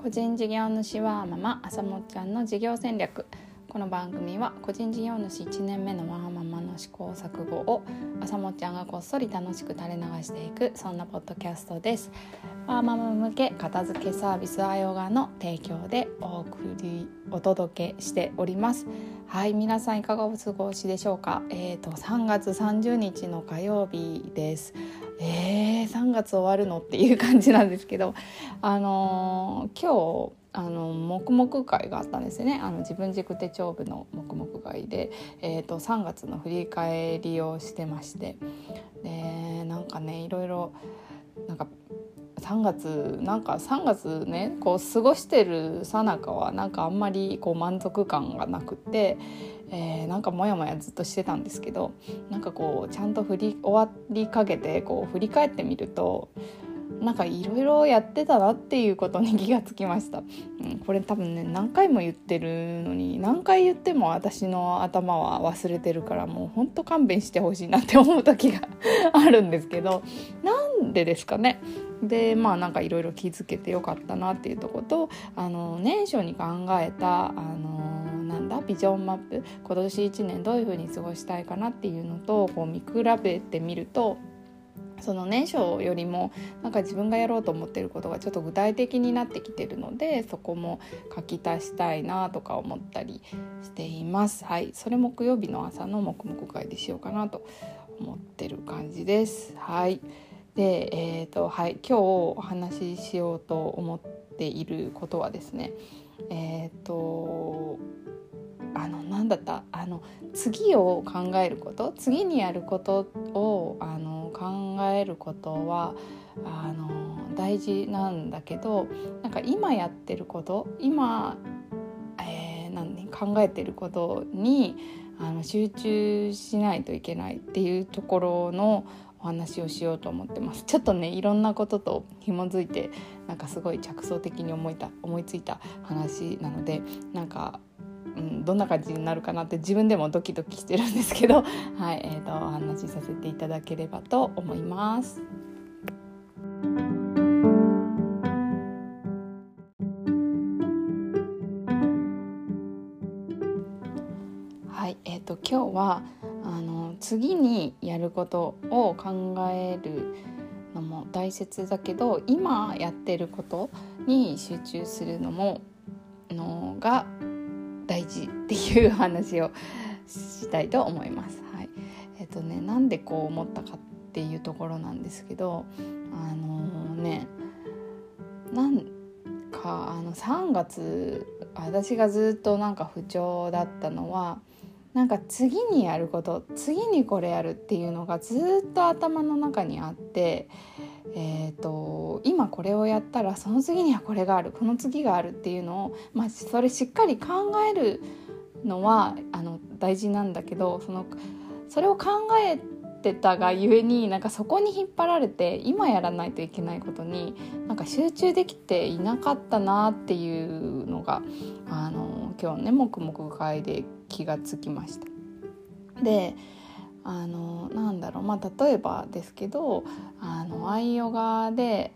個人事業主ワーママあさもちゃんの事業戦略。この番組は個人事業主1年目のワーママの試行錯誤をあさもちゃんがこっそり楽しく垂れ流していく、そんなポッドキャストです。ワーママ向け片付けサービスアヨガの提供でお届けしております。はい、皆さんいかがお過ごしでしょうか。3月30日の火曜日です。3月終わるのっていう感じなんですけど、今日黙々会があったんですよね。自分軸手帳部の黙々会で、3月の振り返りをしてまして、でなんかねいろいろ3月ねこう過ごしてるさなかはあんまりこう満足感がなくて、もやもやずっとしてたんですけど、ちゃんと終わりかけてこう振り返ってみるといろいろやってたなっていうことに気がつきました。これ多分ね何回も言ってるのに、何回言っても私の頭は忘れてるから、もうほんと勘弁してほしいなって思う時があるんですけど、なんでですかね。でいろいろ気づけてよかったなっていうところと、年初に考えたビジョンマップ、今年1年どういう風に過ごしたいかなっていうのとこう見比べてみると、その年初よりも自分がやろうと思っていることがちょっと具体的になってきてるので、そこも書き足したいなとか思ったりしています。はい、それ木曜日の朝の黙々会でしようかなと思ってる感じです。はい。で、今日お話ししようと思っていることはですね、次を考えること、次にやることを考えることは大事なんだけど、今やってること、今、考えてることに集中しないといけないっていうところのお話をしようと思ってます。ちょっとねいろんなことと紐づいてすごい着想的に思いついた話なので、どんな感じになるかなって自分でもドキドキしてるんですけど、はい、お話しさせていただければと思います。はい、今日は次にやることを考えるのも大切だけど、今やってることに集中するのが大事っていう話をしたいと思います。はい。なんでこう思ったかっていうところなんですけど、3月私がずっと不調だったのは、次にやること、次にこれやるっていうのがずっと頭の中にあって、今これをやったらその次にはこれがある、この次があるっていうのを、それしっかり考えるのは大事なんだけど、それを考えてたがゆえにそこに引っ張られて今やらないといけないことに集中できていなかったなっていうのが今日ね黙々会で気がつきました。で例えばですけどアイヨガで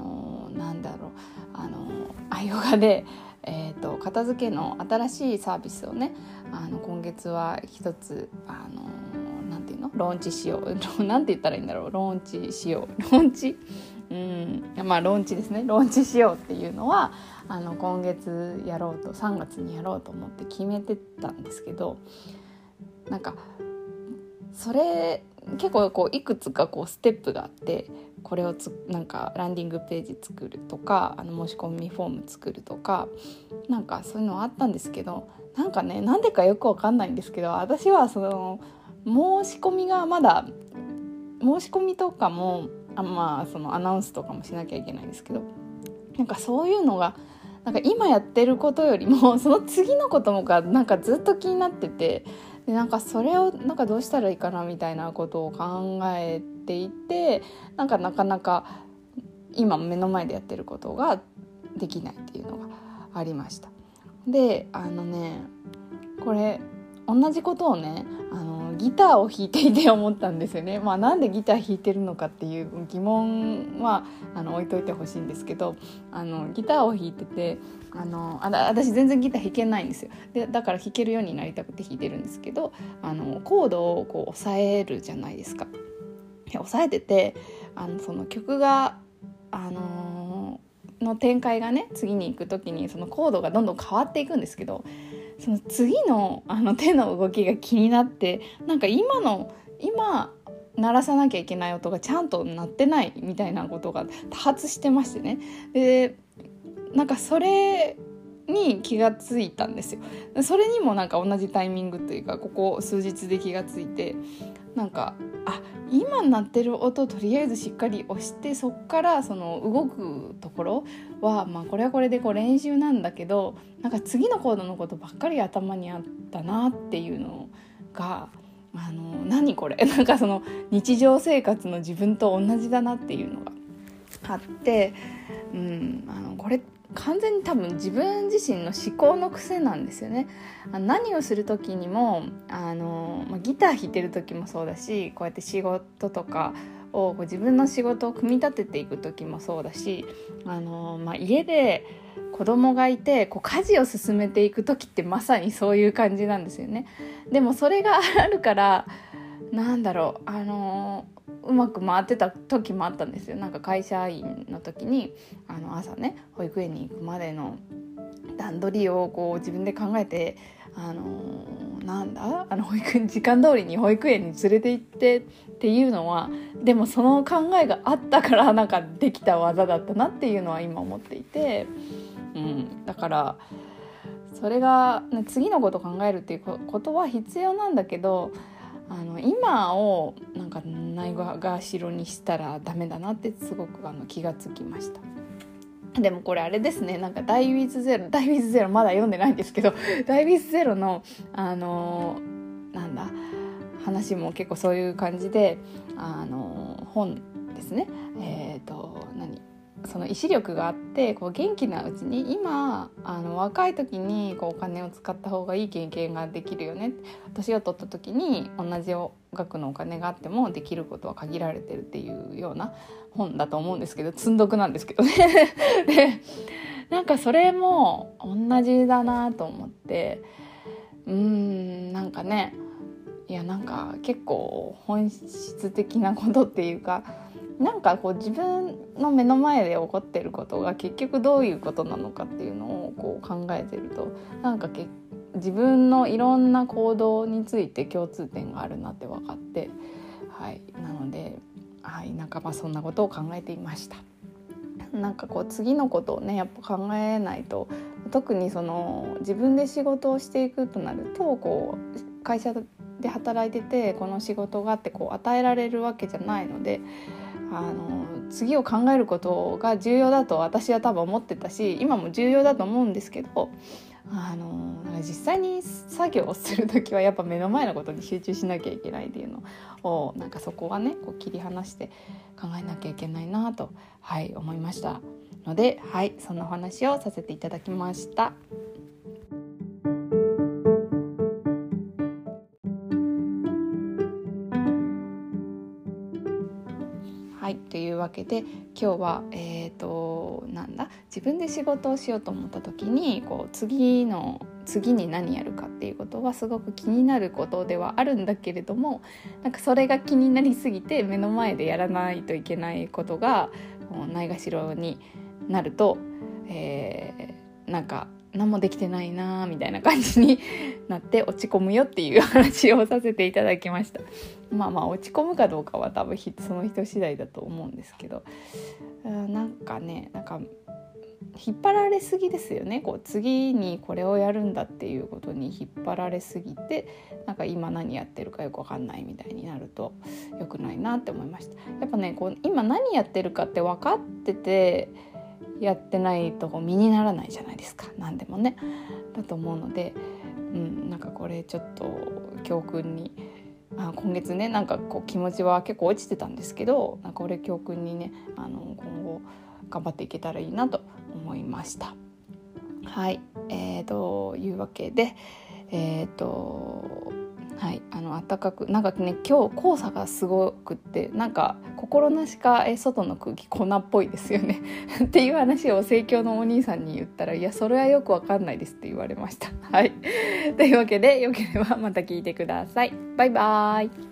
片付けの新しいサービスをね今月は一つローンチしようなんて言ったらいいんだろう、ローンチですね、ローンチしようっていうのは今月やろうと、3月にやろうと思って決めてたんですけど、それ結構いくつかステップがあって、これをランディングページ作るとか申し込みフォーム作るとかそういうのあったんですけど、なんでかよくわかんないんですけど、私はその申し込みがまだ申し込みとかもそのアナウンスとかもしなきゃいけないんですけど、そういうのが今やってることよりもその次のこともがずっと気になってて、でそれをどうしたらいいかなみたいなことを考えていて、なかなか今目の前でやってることができないっていうのがありました。でこれ同じことをねギターを弾いていて思ったんですよね。なんでギター弾いてるのかっていう疑問は置いといてほしいんですけど、ギターを弾いてて私全然ギター弾けないんですよ。でだから弾けるようになりたくて弾いてるんですけど、コードをこう押さえるじゃないですか。押さえててその曲がの展開がね、次に行く時にそのコードがどんどん変わっていくんですけど、その次の手の動きが気になって、なんか今鳴らさなきゃいけない音がちゃんと鳴ってないみたいなことが多発してましてね。でなんかそれに気がついたんですよ。それにもなんか同じタイミングというか、ここ数日で気がついて、なんか今鳴ってる音をとりあえずしっかり押して、そっからその動くところはこれはこれでこう練習なんだけど、なんか次のコードのことばっかり頭にあったなっていうのが何これなんかその日常生活の自分と同じだなっていうのがあって、これ完全に多分自分自身の思考の癖なんですよね。何をする時にもギター弾いてる時もそうだし、こうやって仕事とかを自分の仕事を組み立てていく時もそうだし、家で子供がいて家事を進めていく時ってまさにそういう感じなんですよね。でもそれがあるからうまく回ってた時もあったんですよ。なんか会社員の時に朝ね、保育園に行くまでの段取りを自分で考えて保育園時間通りに保育園に連れて行ってっていうのは、でもその考えがあったからなんかできた技だったなっていうのは今思っていて、だからそれが次のことを考えるっていうことは必要なんだけど、今をなんかないがしろにしたらダメだなってすごく気がつきました。でもこれあれですね、なんかダイウィズゼロまだ読んでないんですけど、ダイウィズゼロの話も結構そういう感じで本ですね。その意志力があって元気なうちに今若い時にお金を使った方がいい経験ができるよね。年を取った時に同じ額のお金があってもできることは限られてるっていうような本だと思うんですけど、積んどくなんですけどねでなんかそれも同じだなと思って、なんかね、なんか結構本質的なことっていうか、なんか自分の目の前で起こってることが結局どういうことなのかっていうのを考えてると、なんか自分のいろんな行動について共通点があるなって分かって、なので、なんかそんなことを考えていました。なんか次のことをねやっぱ考えないと、特に自分で仕事をしていくとなると会社で働いててこの仕事があって与えられるわけじゃないので、次を考えることが重要だと私は多分思ってたし、今も重要だと思うんですけど、実際に作業をするときはやっぱ目の前のことに集中しなきゃいけないっていうのをなんかそこはね切り離して考えなきゃいけないなと、思いましたので、そんなお話をさせていただきました。というわけで今日は自分で仕事をしようと思った時に次に何やるかっていうことはすごく気になることではあるんだけれども、なんかそれが気になりすぎて目の前でやらないといけないことがないがしろになると、なんか何もできてないなみたいな感じになって落ち込むよっていう話をさせていただきました。落ち込むかどうかは多分その人次第だと思うんですけど、なんか引っ張られすぎですよね。次にこれをやるんだっていうことに引っ張られすぎて、なんか今何やってるかよく分かんないみたいになると良くないなって思いました。やっぱね今何やってるかって分かっててやってないと身にならないじゃないですか、何でもね。だと思うので、なんかこれちょっと教訓に、今月ねなんか気持ちは結構落ちてたんですけど、なんかこれ教訓にね今後頑張っていけたらいいなと思いました。というわけではい、暖かくなんかね今日黄砂がすごくってなんか心なしか外の空気粉っぽいですよねっていう話を生協のお兄さんに言ったら、いやそれはよくわかんないですって言われました。はい、というわけでよければまた聞いてください。バイバーイ。